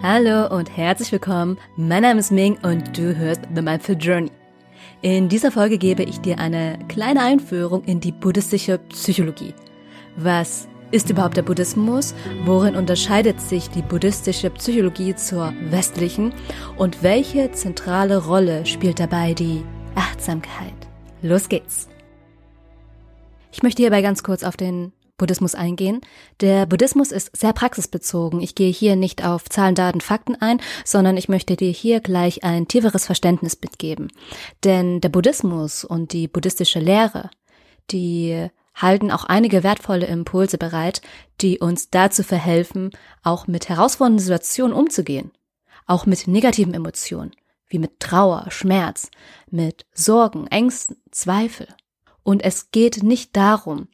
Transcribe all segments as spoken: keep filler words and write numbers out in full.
Hallo und herzlich willkommen, mein Name ist Ming und du hörst The Mindful Journey. In dieser Folge gebe ich dir eine kleine Einführung in die buddhistische Psychologie. Was ist überhaupt der Buddhismus? Worin unterscheidet sich die buddhistische Psychologie zur westlichen? Und welche zentrale Rolle spielt dabei die Achtsamkeit? Los geht's! Ich möchte hierbei ganz kurz auf den Buddhismus eingehen. Der Buddhismus ist sehr praxisbezogen. Ich gehe hier nicht auf Zahlen, Daten, Fakten ein, sondern ich möchte dir hier gleich ein tieferes Verständnis mitgeben. Denn der Buddhismus und die buddhistische Lehre, die halten auch einige wertvolle Impulse bereit, die uns dazu verhelfen, auch mit herausfordernden Situationen umzugehen. Auch mit negativen Emotionen, wie mit Trauer, Schmerz, mit Sorgen, Ängsten, Zweifel. Und es geht nicht darum,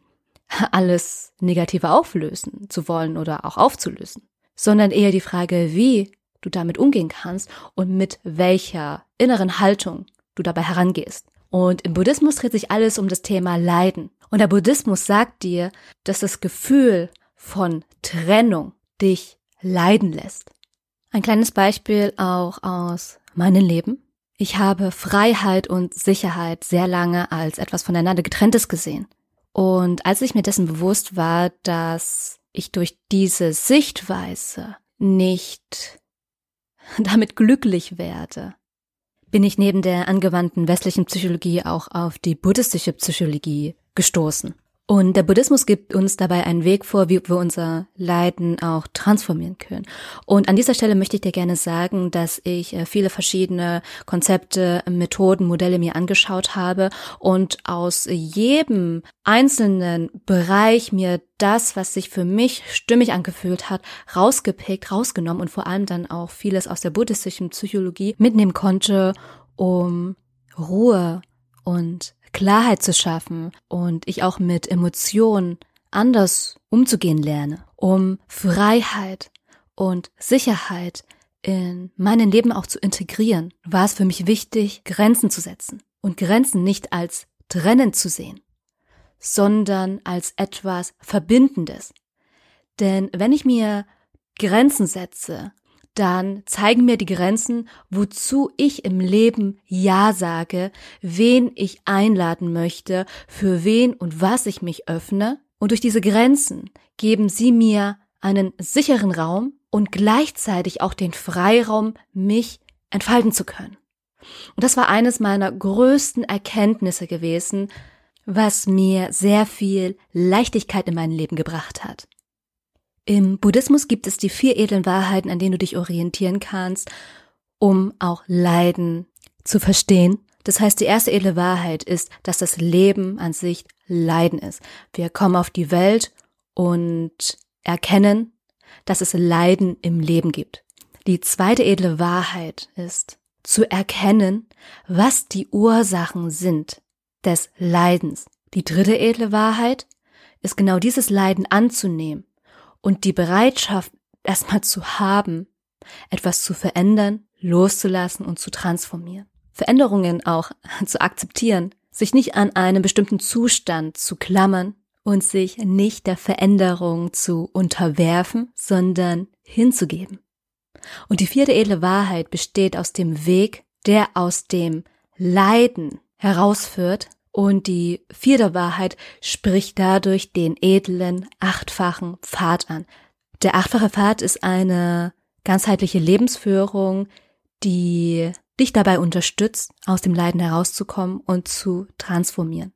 alles Negative auflösen zu wollen oder auch aufzulösen, sondern eher die Frage, wie du damit umgehen kannst und mit welcher inneren Haltung du dabei herangehst. Und im Buddhismus dreht sich alles um das Thema Leiden. Und der Buddhismus sagt dir, dass das Gefühl von Trennung dich leiden lässt. Ein kleines Beispiel auch aus meinem Leben. Ich habe Freiheit und Sicherheit sehr lange als etwas voneinander Getrenntes gesehen. Und als ich mir dessen bewusst war, dass ich durch diese Sichtweise nicht damit glücklich werde, bin ich neben der angewandten westlichen Psychologie auch auf die buddhistische Psychologie gestoßen. Und der Buddhismus gibt uns dabei einen Weg vor, wie wir unser Leiden auch transformieren können. Und an dieser Stelle möchte ich dir gerne sagen, dass ich viele verschiedene Konzepte, Methoden, Modelle mir angeschaut habe und aus jedem einzelnen Bereich mir das, was sich für mich stimmig angefühlt hat, rausgepickt, rausgenommen und vor allem dann auch vieles aus der buddhistischen Psychologie mitnehmen konnte, um Ruhe und Klarheit zu schaffen und ich auch mit Emotionen anders umzugehen lerne, um Freiheit und Sicherheit in mein Leben auch zu integrieren, war es für mich wichtig, Grenzen zu setzen und Grenzen nicht als trennend zu sehen, sondern als etwas Verbindendes. Denn wenn ich mir Grenzen setze, dann zeigen mir die Grenzen, wozu ich im Leben Ja sage, wen ich einladen möchte, für wen und was ich mich öffne. Und durch diese Grenzen geben sie mir einen sicheren Raum und gleichzeitig auch den Freiraum, mich entfalten zu können. Und das war eines meiner größten Erkenntnisse gewesen, was mir sehr viel Leichtigkeit in mein Leben gebracht hat. Im Buddhismus gibt es die vier edlen Wahrheiten, an denen du dich orientieren kannst, um auch Leiden zu verstehen. Das heißt, die erste edle Wahrheit ist, dass das Leben an sich Leiden ist. Wir kommen auf die Welt und erkennen, dass es Leiden im Leben gibt. Die zweite edle Wahrheit ist, zu erkennen, was die Ursachen sind des Leidens. Die dritte edle Wahrheit ist genau dieses Leiden anzunehmen. Und die Bereitschaft, erstmal zu haben, etwas zu verändern, loszulassen und zu transformieren. Veränderungen auch zu akzeptieren, sich nicht an einem bestimmten Zustand zu klammern und sich nicht der Veränderung zu unterwerfen, sondern hinzugeben. Und die vierte edle Wahrheit besteht aus dem Weg, der aus dem Leiden herausführt. Und die vierte Wahrheit spricht dadurch den edlen, achtfachen Pfad an. Der achtfache Pfad ist eine ganzheitliche Lebensführung, die dich dabei unterstützt, aus dem Leiden herauszukommen und zu transformieren.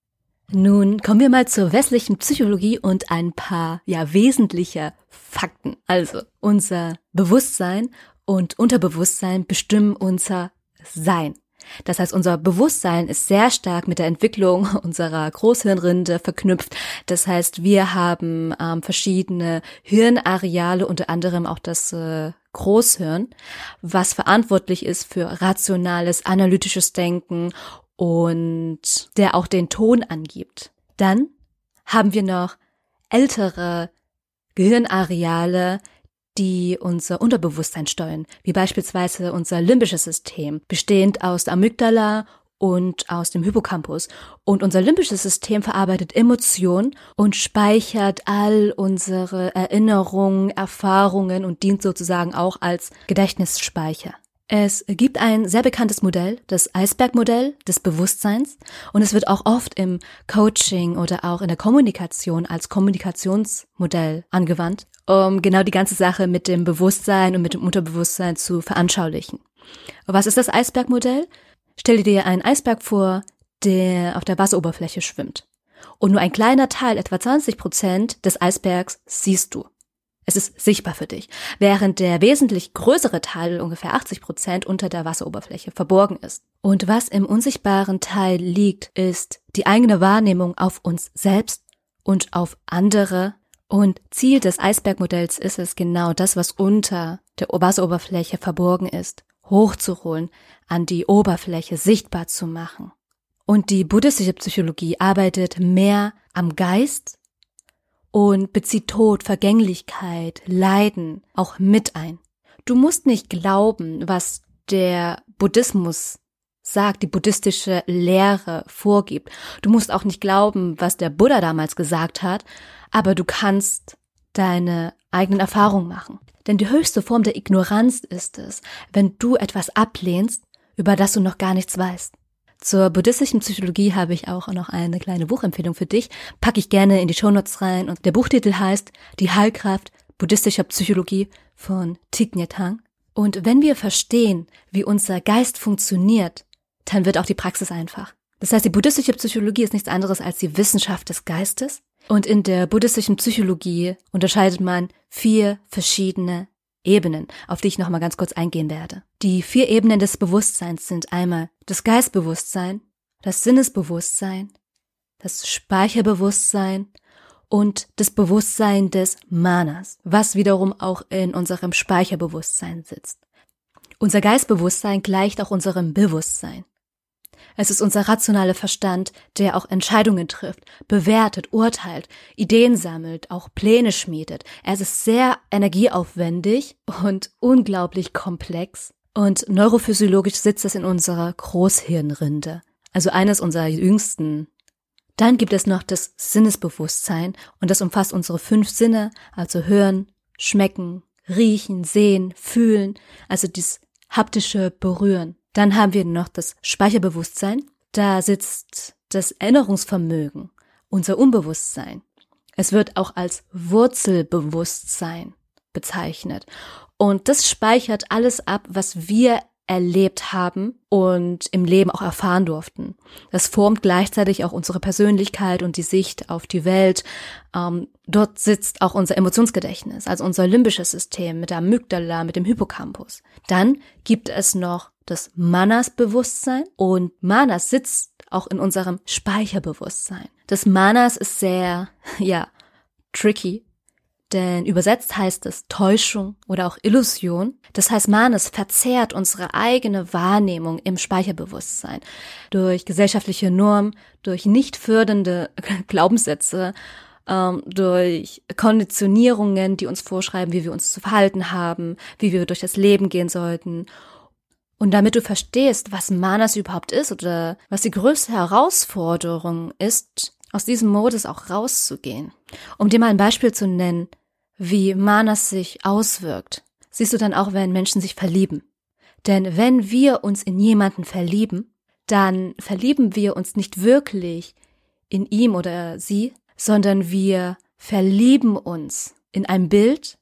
Nun kommen wir mal zur westlichen Psychologie und ein paar, ja, wesentliche Fakten. Also, unser Bewusstsein und Unterbewusstsein bestimmen unser Sein. Das heißt, unser Bewusstsein ist sehr stark mit der Entwicklung unserer Großhirnrinde verknüpft. Das heißt, wir haben ähm, verschiedene Hirnareale, unter anderem auch das äh, Großhirn, was verantwortlich ist für rationales, analytisches Denken und der auch den Ton angibt. Dann haben wir noch ältere Gehirnareale, die unser Unterbewusstsein steuern, wie beispielsweise unser limbisches System, bestehend aus der Amygdala und aus dem Hippocampus. Und unser limbisches System verarbeitet Emotionen und speichert all unsere Erinnerungen, Erfahrungen und dient sozusagen auch als Gedächtnisspeicher. Es gibt ein sehr bekanntes Modell, das Eisbergmodell des Bewusstseins, und es wird auch oft im Coaching oder auch in der Kommunikation als Kommunikationsmodell angewandt, um genau die ganze Sache mit dem Bewusstsein und mit dem Unterbewusstsein zu veranschaulichen. Was ist das Eisbergmodell? Stell dir einen Eisberg vor, der auf der Wasseroberfläche schwimmt. Und nur ein kleiner Teil, etwa zwanzig Prozent des Eisbergs, siehst du. Es ist sichtbar für dich, während der wesentlich größere Teil, ungefähr achtzig Prozent, unter der Wasseroberfläche verborgen ist. Und was im unsichtbaren Teil liegt, ist die eigene Wahrnehmung auf uns selbst und auf andere. Und Ziel des Eisbergmodells ist es, genau das, was unter der Wasseroberfläche verborgen ist, hochzuholen, an die Oberfläche sichtbar zu machen. Und die buddhistische Psychologie arbeitet mehr am Geist und bezieht Tod, Vergänglichkeit, Leiden auch mit ein. Du musst nicht glauben, was der Buddhismus sagt, die buddhistische Lehre vorgibt. Du musst auch nicht glauben, was der Buddha damals gesagt hat, aber du kannst deine eigenen Erfahrungen machen. Denn die höchste Form der Ignoranz ist es, wenn du etwas ablehnst, über das du noch gar nichts weißt. Zur buddhistischen Psychologie habe ich auch noch eine kleine Buchempfehlung für dich. Packe ich gerne in die Shownotes rein. Und der Buchtitel heißt Die Heilkraft buddhistischer Psychologie von Thich Nhat Hanh. Und wenn wir verstehen, wie unser Geist funktioniert, dann wird auch die Praxis einfach. Das heißt, die buddhistische Psychologie ist nichts anderes als die Wissenschaft des Geistes. Und in der buddhistischen Psychologie unterscheidet man vier verschiedene Ebenen, auf die ich nochmal ganz kurz eingehen werde. Die vier Ebenen des Bewusstseins sind einmal das Geistbewusstsein, das Sinnesbewusstsein, das Speicherbewusstsein und das Bewusstsein des Manas, was wiederum auch in unserem Speicherbewusstsein sitzt. Unser Geistbewusstsein gleicht auch unserem Bewusstsein. Es ist unser rationaler Verstand, der auch Entscheidungen trifft, bewertet, urteilt, Ideen sammelt, auch Pläne schmiedet. Es ist sehr energieaufwendig und unglaublich komplex. Und neurophysiologisch sitzt es in unserer Großhirnrinde, also eines unserer jüngsten. Dann gibt es noch das Sinnesbewusstsein und das umfasst unsere fünf Sinne, also Hören, Schmecken, Riechen, Sehen, Fühlen, also das haptische Berühren. Dann haben wir noch das Speicherbewusstsein. Da sitzt das Erinnerungsvermögen, unser Unbewusstsein. Es wird auch als Wurzelbewusstsein bezeichnet. Und das speichert alles ab, was wir erlebt haben und im Leben auch erfahren durften. Das formt gleichzeitig auch unsere Persönlichkeit und die Sicht auf die Welt. Ähm, dort sitzt auch unser Emotionsgedächtnis, also unser limbisches System mit der Amygdala, mit dem Hippocampus. Dann gibt es noch das Manas-Bewusstsein und Manas sitzt auch in unserem Speicherbewusstsein. Das Manas ist sehr, ja, tricky. Denn übersetzt heißt es Täuschung oder auch Illusion. Das heißt, Manas verzerrt unsere eigene Wahrnehmung im Speicherbewusstsein durch gesellschaftliche Normen, durch nicht fördernde Glaubenssätze, ähm, durch Konditionierungen, die uns vorschreiben, wie wir uns zu verhalten haben, wie wir durch das Leben gehen sollten. Und damit du verstehst, was Manas überhaupt ist oder was die größte Herausforderung ist, aus diesem Modus auch rauszugehen. Um dir mal ein Beispiel zu nennen, wie Manas sich auswirkt, siehst du dann auch, wenn Menschen sich verlieben. Denn wenn wir uns in jemanden verlieben, dann verlieben wir uns nicht wirklich in ihm oder sie, sondern wir verlieben uns in ein Bild,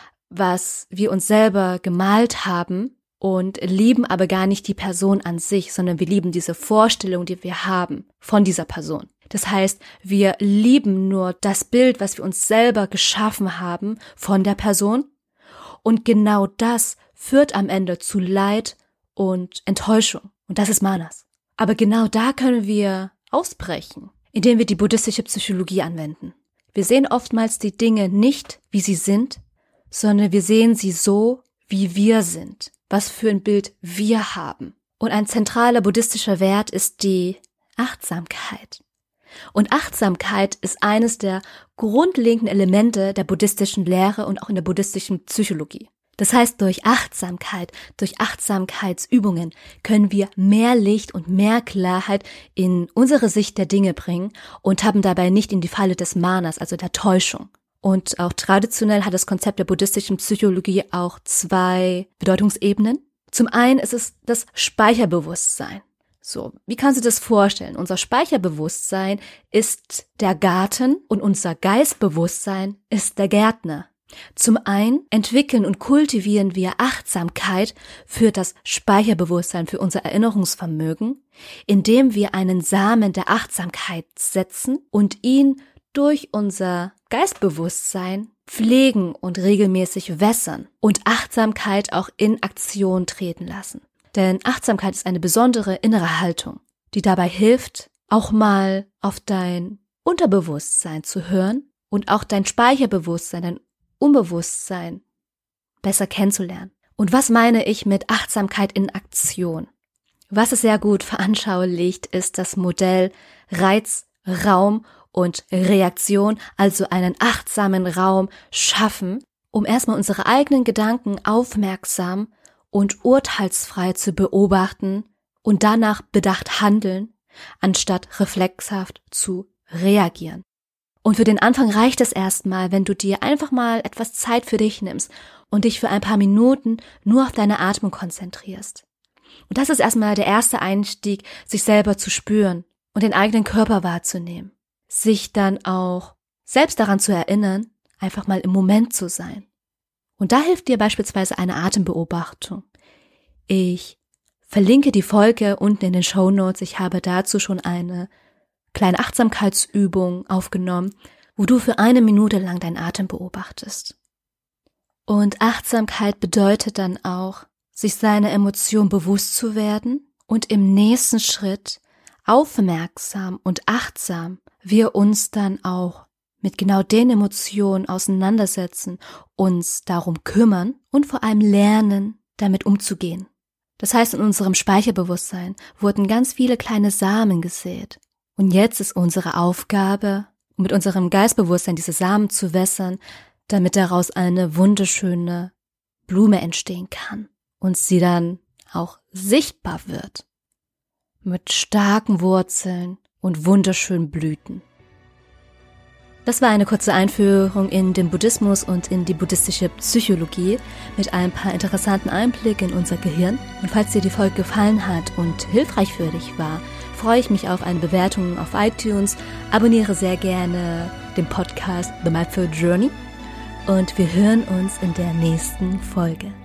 was wir uns selber gemalt haben und lieben aber gar nicht die Person an sich, sondern wir lieben diese Vorstellung, die wir haben von dieser Person. Das heißt, wir lieben nur das Bild, was wir uns selber geschaffen haben von der Person. Und genau das führt am Ende zu Leid und Enttäuschung. Und das ist Manas. Aber genau da können wir ausbrechen, indem wir die buddhistische Psychologie anwenden. Wir sehen oftmals die Dinge nicht, wie sie sind, sondern wir sehen sie so, wie wir sind, was für ein Bild wir haben. Und ein zentraler buddhistischer Wert ist die Achtsamkeit. Und Achtsamkeit ist eines der grundlegenden Elemente der buddhistischen Lehre und auch in der buddhistischen Psychologie. Das heißt, durch Achtsamkeit, durch Achtsamkeitsübungen können wir mehr Licht und mehr Klarheit in unsere Sicht der Dinge bringen und tappen dabei nicht in die Falle des Manas, also der Täuschung. Und auch traditionell hat das Konzept der buddhistischen Psychologie auch zwei Bedeutungsebenen. Zum einen ist es das Speicherbewusstsein. So, wie kannst du das vorstellen? Unser Speicherbewusstsein ist der Garten und unser Geistbewusstsein ist der Gärtner. Zum einen entwickeln und kultivieren wir Achtsamkeit für das Speicherbewusstsein, für unser Erinnerungsvermögen, indem wir einen Samen der Achtsamkeit setzen und ihn durch unser Geistbewusstsein pflegen und regelmäßig wässern und Achtsamkeit auch in Aktion treten lassen. Denn Achtsamkeit ist eine besondere innere Haltung, die dabei hilft, auch mal auf dein Unterbewusstsein zu hören und auch dein Speicherbewusstsein, dein Unbewusstsein besser kennenzulernen. Und was meine ich mit Achtsamkeit in Aktion? Was es sehr gut veranschaulicht, ist das Modell Reiz, Raum und Reaktion, also einen achtsamen Raum schaffen, um erstmal unsere eigenen Gedanken aufmerksam und urteilsfrei zu beobachten und danach bedacht handeln, anstatt reflexhaft zu reagieren. Und für den Anfang reicht es erstmal, wenn du dir einfach mal etwas Zeit für dich nimmst und dich für ein paar Minuten nur auf deine Atmung konzentrierst. Und das ist erstmal der erste Einstieg, sich selber zu spüren und den eigenen Körper wahrzunehmen. Sich dann auch selbst daran zu erinnern, einfach mal im Moment zu sein. Und da hilft dir beispielsweise eine Atembeobachtung. Ich verlinke die Folge unten in den Shownotes. Ich habe dazu schon eine kleine Achtsamkeitsübung aufgenommen, wo du für eine Minute lang deinen Atem beobachtest. Und Achtsamkeit bedeutet dann auch, sich seiner Emotion bewusst zu werden und im nächsten Schritt aufmerksam und achtsam wir uns dann auch mit genau den Emotionen auseinandersetzen, uns darum kümmern und vor allem lernen, damit umzugehen. Das heißt, in unserem Speicherbewusstsein wurden ganz viele kleine Samen gesät. Und jetzt ist unsere Aufgabe, mit unserem Geistbewusstsein diese Samen zu wässern, damit daraus eine wunderschöne Blume entstehen kann und sie dann auch sichtbar wird, mit starken Wurzeln und wunderschönen Blüten. Das war eine kurze Einführung in den Buddhismus und in die buddhistische Psychologie mit ein paar interessanten Einblicken in unser Gehirn. Und falls dir die Folge gefallen hat und hilfreich für dich war, freue ich mich auf eine Bewertung auf iTunes. Abonniere sehr gerne den Podcast The Mindful Journey und wir hören uns in der nächsten Folge.